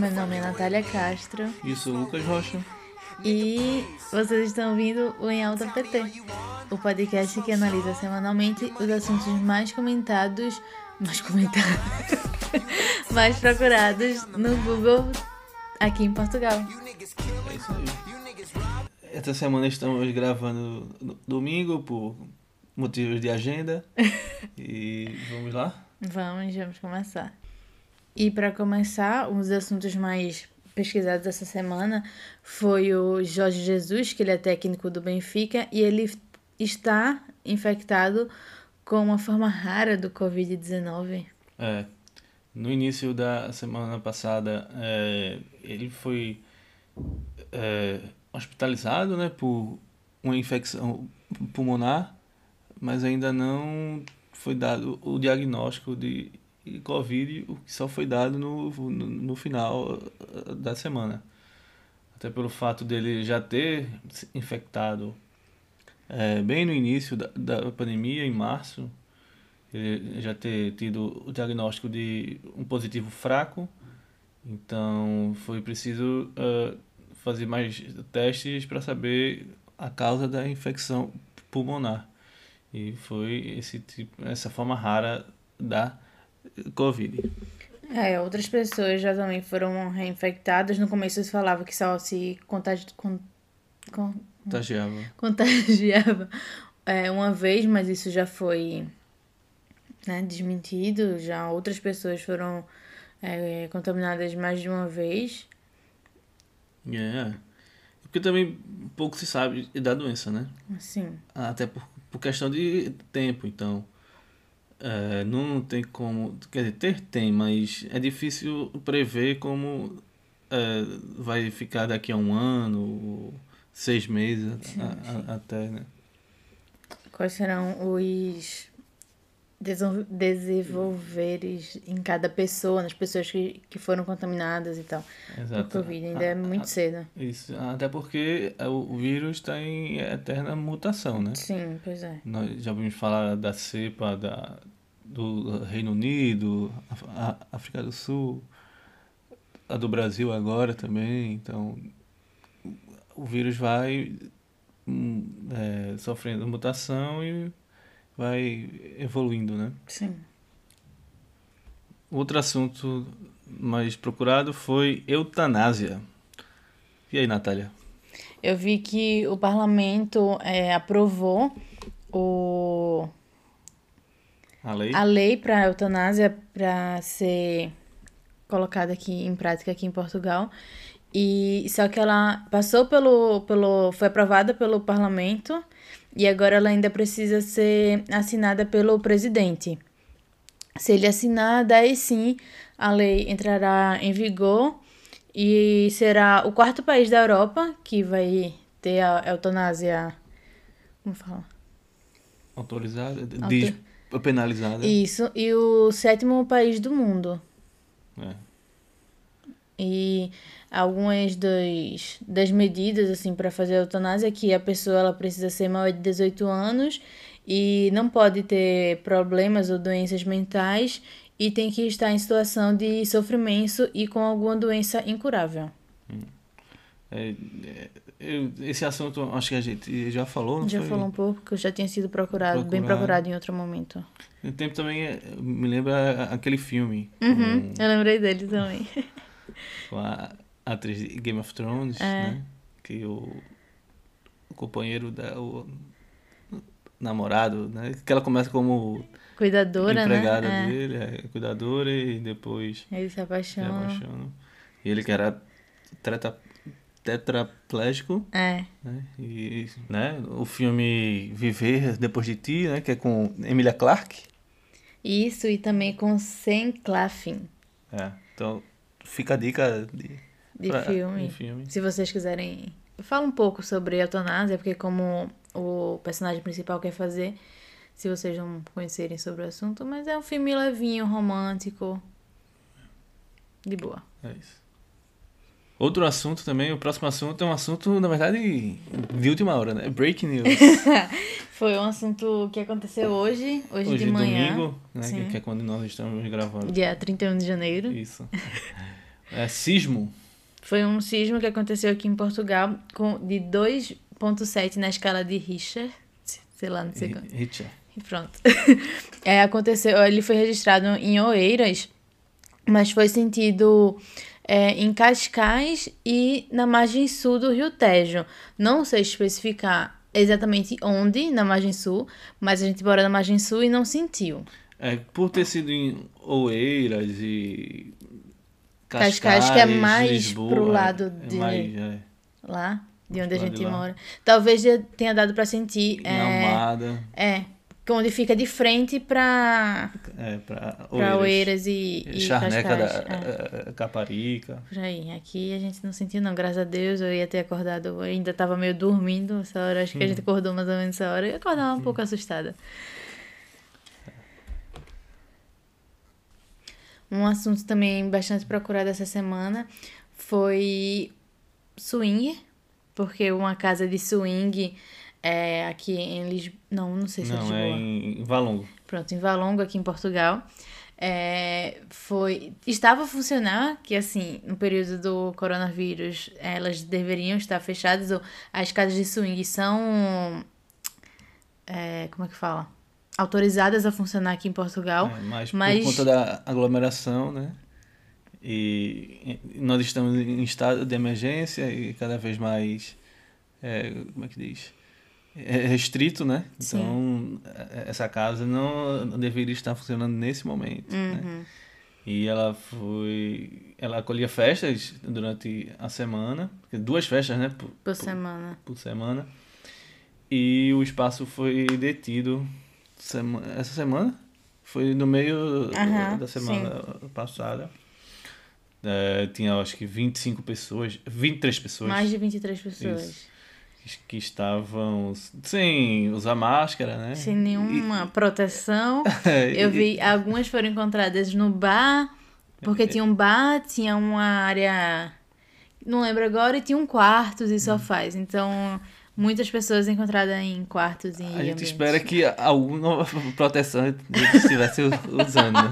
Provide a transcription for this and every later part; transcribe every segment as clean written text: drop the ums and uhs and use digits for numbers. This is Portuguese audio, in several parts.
Meu nome é Natália Castro Isso, Lucas Rocha. e vocês estão ouvindo o Em Alta PT, o podcast que analisa semanalmente os assuntos mais procurados no Google aqui em Portugal. É isso aí. Essa semana estamos gravando no domingo por motivos de agenda. E vamos lá? Vamos começar. E para começar, um dos assuntos mais pesquisados essa semana foi o Jorge Jesus, que ele é técnico do Benfica, e ele está infectado com uma forma rara do Covid-19. No início da semana passada, ele foi hospitalizado, né, por uma infecção pulmonar, mas ainda não foi dado o diagnóstico de Covid, o que só foi dado no final da semana. Até pelo fato dele já ter se infectado bem no início da pandemia, em março, ele já ter tido o diagnóstico de um positivo fraco, então foi preciso fazer mais testes para saber a causa da infecção pulmonar. E foi essa forma rara da Covid. Outras pessoas já também foram reinfectadas. No começo eles falavam que só se contagiava uma vez, mas isso já foi, né, desmentido. Já outras pessoas foram contaminadas mais de uma vez. Porque também pouco se sabe da doença, né? Sim. Até por questão de tempo, então não tem como, quer dizer, tem, mas é difícil prever como vai ficar daqui a um ano, 6 meses, Sim. até, né? Quais serão os desenvolveres em cada pessoa, nas pessoas que foram contaminadas e tal. Exato. Por Covid, ainda é muito cedo. Isso, até porque o vírus está em eterna mutação, né? Sim, pois é. Nós já ouvimos falar da cepa do Reino Unido, África do Sul, a do Brasil agora também. Então, o vírus vai sofrendo mutação e vai evoluindo, né? Sim. Outro assunto mais procurado foi eutanásia. E aí, Natália? Eu vi que o parlamento aprovou a lei para eutanásia para ser colocada aqui em prática aqui em Portugal. E só que ela passou foi aprovada pelo parlamento e agora ela ainda precisa ser assinada pelo presidente. Se ele assinar, daí sim a lei entrará em vigor e será o quarto país da Europa que vai ter a eutanásia, como fala? Autorizada, penalizada. Isso, e o sétimo país do mundo. E algumas das medidas assim para fazer a eutanásia é que a pessoa ela precisa ser maior de 18 anos e não pode ter problemas ou doenças mentais e tem que estar em situação de sofrimento e com alguma doença incurável. Esse assunto acho que a gente já falou, não já foi? falou um pouco, que já tinha sido bem procurado em outro momento. No tempo também me lembra aquele filme. Eu lembrei dele também. Com a atriz de Game of Thrones, né? Que o companheiro o namorado, né? Que ela começa como cuidadora, empregada né? dele, cuidadora, e depois ele se apaixona. E ele que era tetraplégico. Né? E, né? O filme Viver Depois de Ti, né? Que é com Emilia Clarke. Isso, e também com Sam Claflin. Então fica a dica de filme. Se vocês quiserem. Fala um pouco sobre a eutanásia, porque como o personagem principal quer fazer, se vocês não conhecerem sobre o assunto, mas é um filme levinho, romântico, de boa. É isso. Outro assunto também, o próximo assunto é um assunto, na verdade, de última hora, né? Breaking news. Foi um assunto que aconteceu hoje de manhã. Domingo, né? Que é quando nós estamos gravando. Dia 31 de janeiro. Isso. Sismo? Foi um sismo que aconteceu aqui em Portugal de 2,7 na escala de Richter. Sei lá, não sei quanto. Richter. Pronto. Aconteceu, ele foi registrado em Oeiras, mas foi sentido em Cascais e na margem sul do Rio Tejo. Não sei especificar exatamente onde, na margem sul, mas a gente mora na margem sul e não sentiu. Por ter sido em Oeiras e Cascais, que é mais Lisboa, pro lado de lá, de onde a gente mora. Talvez tenha dado pra sentir. Em Almada. Onde fica de frente pra Oeiras e Charneca Cascais. da Caparica. Por aí. Aqui a gente não sentiu, não. Graças a Deus, eu ia ter acordado. Eu ainda tava meio dormindo essa hora. Acho que a gente acordou mais ou menos essa hora. Eu acordava um pouco assustada. Um assunto também bastante procurado essa semana foi swing, porque uma casa de swing aqui em Lisboa. Não sei se é Lisboa. Não, é em Valongo. Pronto, em Valongo, aqui em Portugal. Estava a funcionar, que assim, no período do coronavírus, elas deveriam estar fechadas. Ou as casas de swing são. Como é que fala? Autorizadas a funcionar aqui em Portugal. Mas por conta da aglomeração, né? E nós estamos em estado de emergência e cada vez mais, como é que diz? Restrito, né? Sim. Então, essa casa não deveria estar funcionando nesse momento, né? E ela acolhia festas durante a semana, 2 festas, né? Por semana. Por semana. E o espaço foi detido essa semana? Foi no meio da semana passada. Tinha, acho que 25 pessoas, 23 pessoas. Mais de 23 pessoas. Isso, que estavam sem usar máscara, né? Sem nenhuma proteção. Eu vi, algumas foram encontradas no bar, porque tinha um bar, tinha uma área, não lembro agora, e tinha quartos e sofás. Então, muitas pessoas encontradas em quartos e a gente espera que alguma proteção eles estivessem usando, né?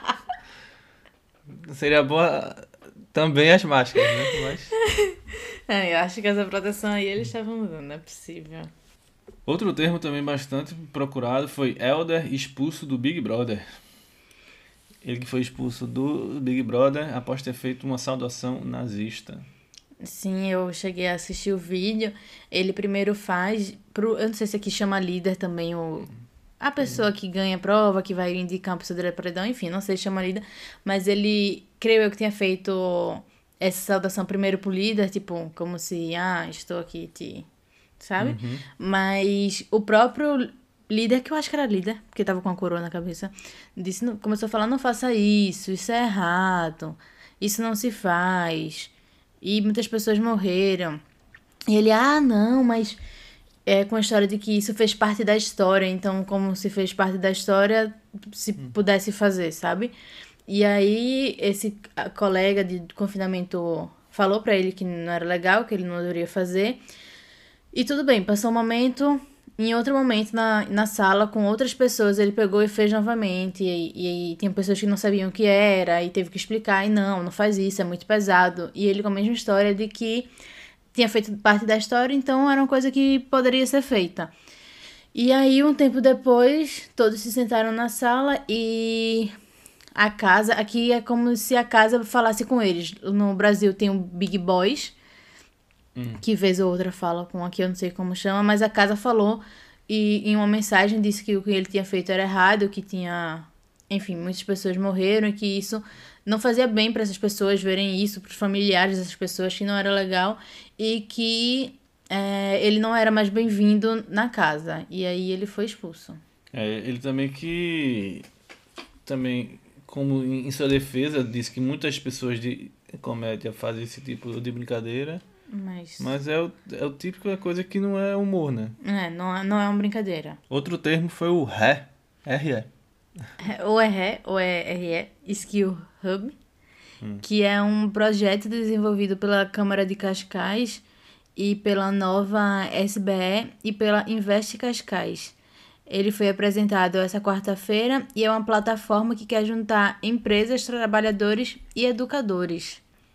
Seria boa também as máscaras, né? Mas... eu acho que essa proteção aí eles estavam usando, não é possível. Outro termo também bastante procurado foi Elder expulso do Big Brother. Ele que foi expulso do Big Brother após ter feito uma saudação nazista. Sim, eu cheguei a assistir o vídeo. Ele primeiro faz... eu não sei se aqui chama líder também, a pessoa que ganha a prova, que vai indicar uma pessoa direto para paredão, enfim, não sei se chama líder. Mas ele, creio eu que tinha feito essa saudação primeiro pro líder, tipo, como se, estou aqui, sabe? Mas o próprio líder, que eu acho que era líder, porque tava com a coroa na cabeça, começou a falar, não faça isso é errado, isso não se faz... E muitas pessoas morreram. E ele, não, mas com a história de que isso fez parte da história. Então, como se fez parte da história, se pudesse fazer, sabe? E aí, esse colega de confinamento falou pra ele que não era legal, que ele não deveria fazer. E tudo bem, passou um momento... Em outro momento, na sala, com outras pessoas, ele pegou e fez novamente. E aí tem pessoas que não sabiam o que era e teve que explicar. E não faz isso, é muito pesado. E ele com a mesma história de que tinha feito parte da história, então era uma coisa que poderia ser feita. E aí, um tempo depois, todos se sentaram na sala e a casa... Aqui é como se a casa falasse com eles. No Brasil tem o Big Boys... que vez ou outra fala com aqui, eu não sei como chama, mas a casa falou e em uma mensagem disse que o que ele tinha feito era errado, que tinha, enfim, muitas pessoas morreram e que isso não fazia bem para essas pessoas verem isso, para os familiares dessas pessoas, que não era legal e que ele não era mais bem-vindo na casa. E aí ele foi expulso. Ele também, como em sua defesa, disse que muitas pessoas de comédia fazem esse tipo de brincadeira. Mas é o típico da coisa que não é humor, né? Não é uma brincadeira. Outro termo foi o RE. RE. O RE, Skill Hub, que é um projeto desenvolvido pela Câmara de Cascais e pela Nova SBE e pela Invest Cascais. Ele foi apresentado essa quarta-feira e é uma plataforma que quer juntar empresas, trabalhadores e educadores.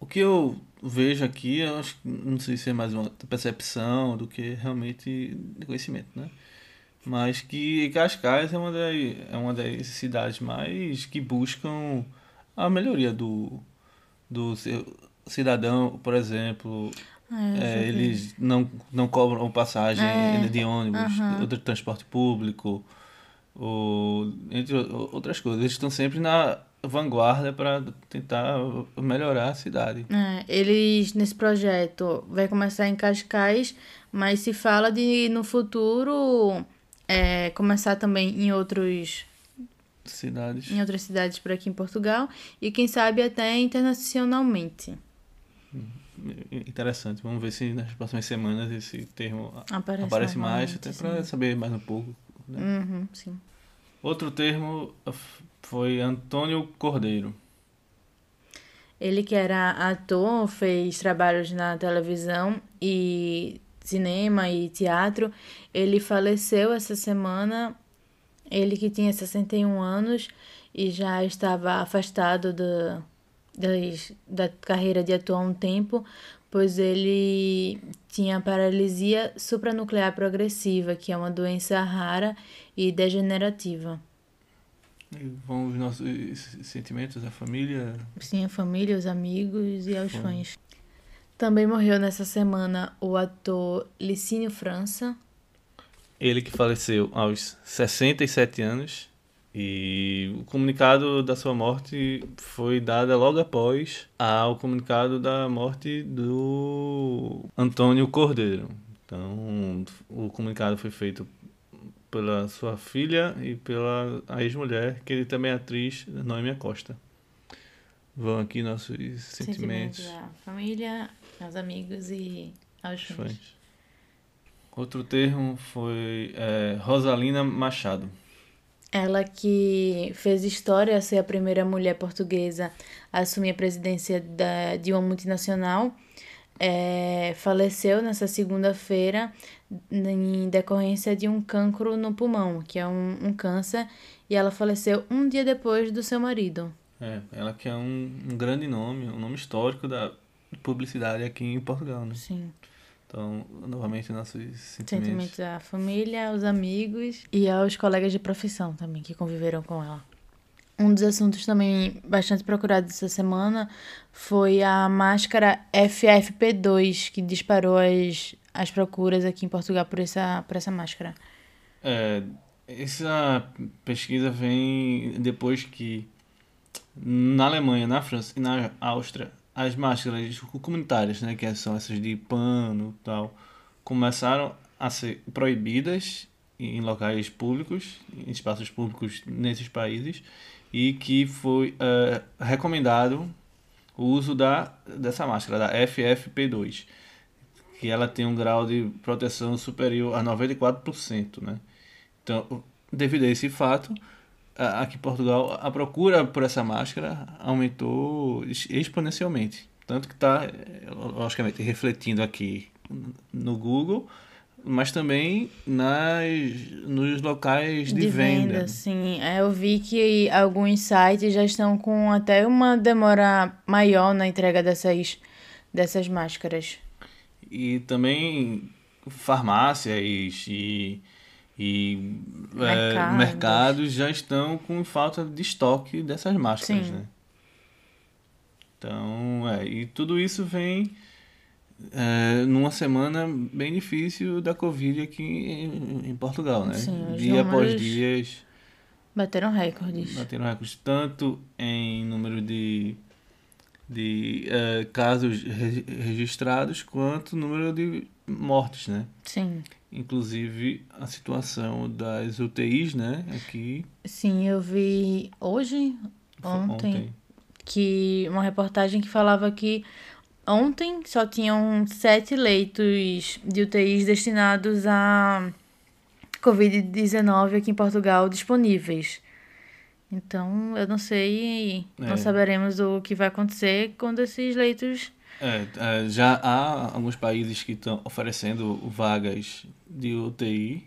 O que eu vejo aqui, eu acho que não sei se é mais uma percepção do que realmente de conhecimento, né? Mas que Cascais é uma das cidades mais que buscam a melhoria do seu cidadão, por exempro. Eu já vi. Eles não cobram passagem É, de ônibus, aham. de transporte público, entre outras coisas. Eles estão sempre na vanguarda para tentar melhorar a cidade. Eles, nesse projeto, vai começar em Cascais, mas se fala de, no futuro, começar também Cidades. em outras cidades por aqui em Portugal e quem sabe até internacionalmente. Interessante. Vamos ver se nas próximas semanas esse termo Aparece aparece mais, novamente, até para sim. saber mais um pouco, né? Uhum, sim. Outro termo foi Antônio Cordeiro. Ele que era ator, fez trabalhos na televisão e cinema e teatro. Ele faleceu essa semana. Ele que tinha 61 anos e já estava afastado da carreira de ator há um tempo, pois ele tinha paralisia supranuclear progressiva, que é uma doença rara e degenerativa. E vão os nossos sentimentos, a família. Sim, a família, os amigos e aos Foi. fãs. Também morreu nessa semana o ator Licínio França. Ele que faleceu aos 67 anos e o comunicado da sua morte foi dado logo após ao comunicado da morte do Antônio Cordeiro. Então, o comunicado foi feito pela sua filha e pela a ex-mulher, que ele também é atriz, Noêmia Costa. Vão aqui nossos Sentimentos sentimentos. à família, aos amigos e aos Os fãs. fãs. Outro termo foi Rosalina Machado. Ela que fez história a ser a primeira mulher portuguesa a assumir a presidência de uma multinacional, faleceu nessa segunda-feira em decorrência de um cancro no pulmão, que é um câncer, e ela faleceu um dia depois do seu marido. Ela que é um grande nome, um nome histórico da publicidade aqui em Portugal, né? Sim. Então, novamente, nossos Sentimentos sentimentos. à família, aos amigos e aos colegas de profissão também que conviveram com ela. Um dos assuntos também bastante procurados essa semana foi a máscara FFP2, que disparou as procuras aqui em Portugal por essa máscara. É, essa pesquisa vem depois que na Alemanha, na França e na Áustria, as máscaras comunitárias, né, que são essas de pano e tal, começaram a ser proibidas em locais públicos, em espaços públicos nesses países, e que foi recomendado o uso dessa máscara, da FFP2, que ela tem um grau de proteção superior a 94%, né? Então, devido a esse fato, aqui em Portugal, a procura por essa máscara aumentou exponencialmente. Tanto que está, logicamente, refletindo aqui no Google, mas também nos locais de De venda. venda, sim. Eu vi que alguns sites já estão com até uma demora maior na entrega dessas máscaras. E também farmácias e Mercados. mercados já estão com falta de estoque dessas máscaras, Sim, né? Então, e tudo isso vem numa semana bem difícil da Covid aqui em Portugal, né? sim, os Dia após números dias bateram recordes. batendo recordes tanto em número de casos registrados quanto número de mortes, né? Sim. Inclusive a situação das UTIs, né? Aqui Sim, eu vi ontem, ontem. que uma reportagem que falava que ontem só tinham 7 leitos de UTIs destinados a Covid-19 aqui em Portugal disponíveis. Então, eu não sei, não É, saberemos o que vai acontecer quando esses leitos. já há alguns países que estão oferecendo vagas de UTI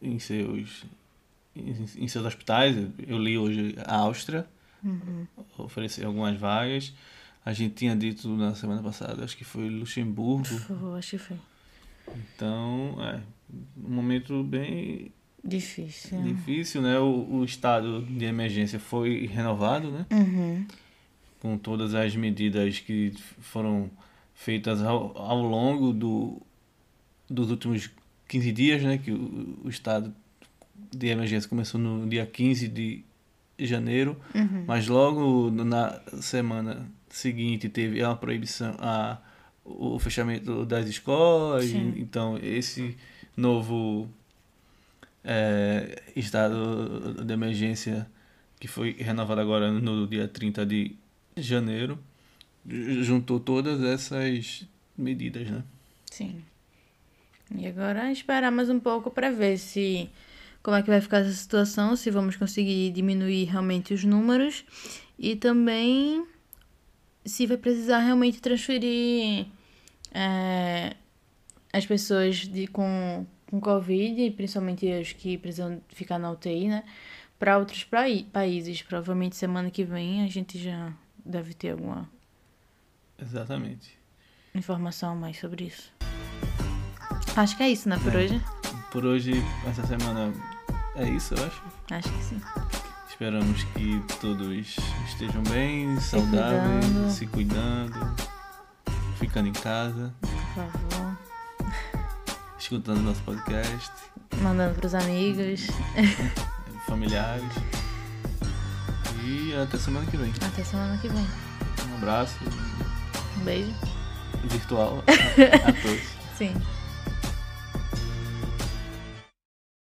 em seus hospitais. Eu li hoje a Áustria oferecer algumas vagas. A gente tinha dito na semana passada, acho que foi Luxemburgo. Acho que foi. Então, um momento bem difícil, né? O estado de emergência foi renovado, né? Com todas as medidas que foram feitas ao longo dos últimos 15 dias, né? Que o estado de emergência começou no dia 15 de janeiro, mas logo na semana seguinte teve a proibição, o fechamento das escolas. Então esse novo estado de emergência, que foi renovado agora no dia 30 de janeiro, juntou todas essas medidas, né? Sim. E agora esperar mais um pouco para ver como é que vai ficar essa situação, se vamos conseguir diminuir realmente os números e também se vai precisar realmente transferir as pessoas com Covid, principalmente as que precisam ficar na UTI, né, para outros países. Provavelmente semana que vem a gente já deve ter alguma informação a mais sobre isso. Acho que é isso, né, por hoje? Por hoje, essa semana é isso, eu acho. Acho que sim. Esperamos que todos estejam bem, saudáveis, se cuidando, ficando em casa. Por favor. Escutando nosso podcast. Mandando pros amigos. Familiares. E até semana que vem. Até semana que vem. Um abraço. Um beijo. Virtual a todos. Sim.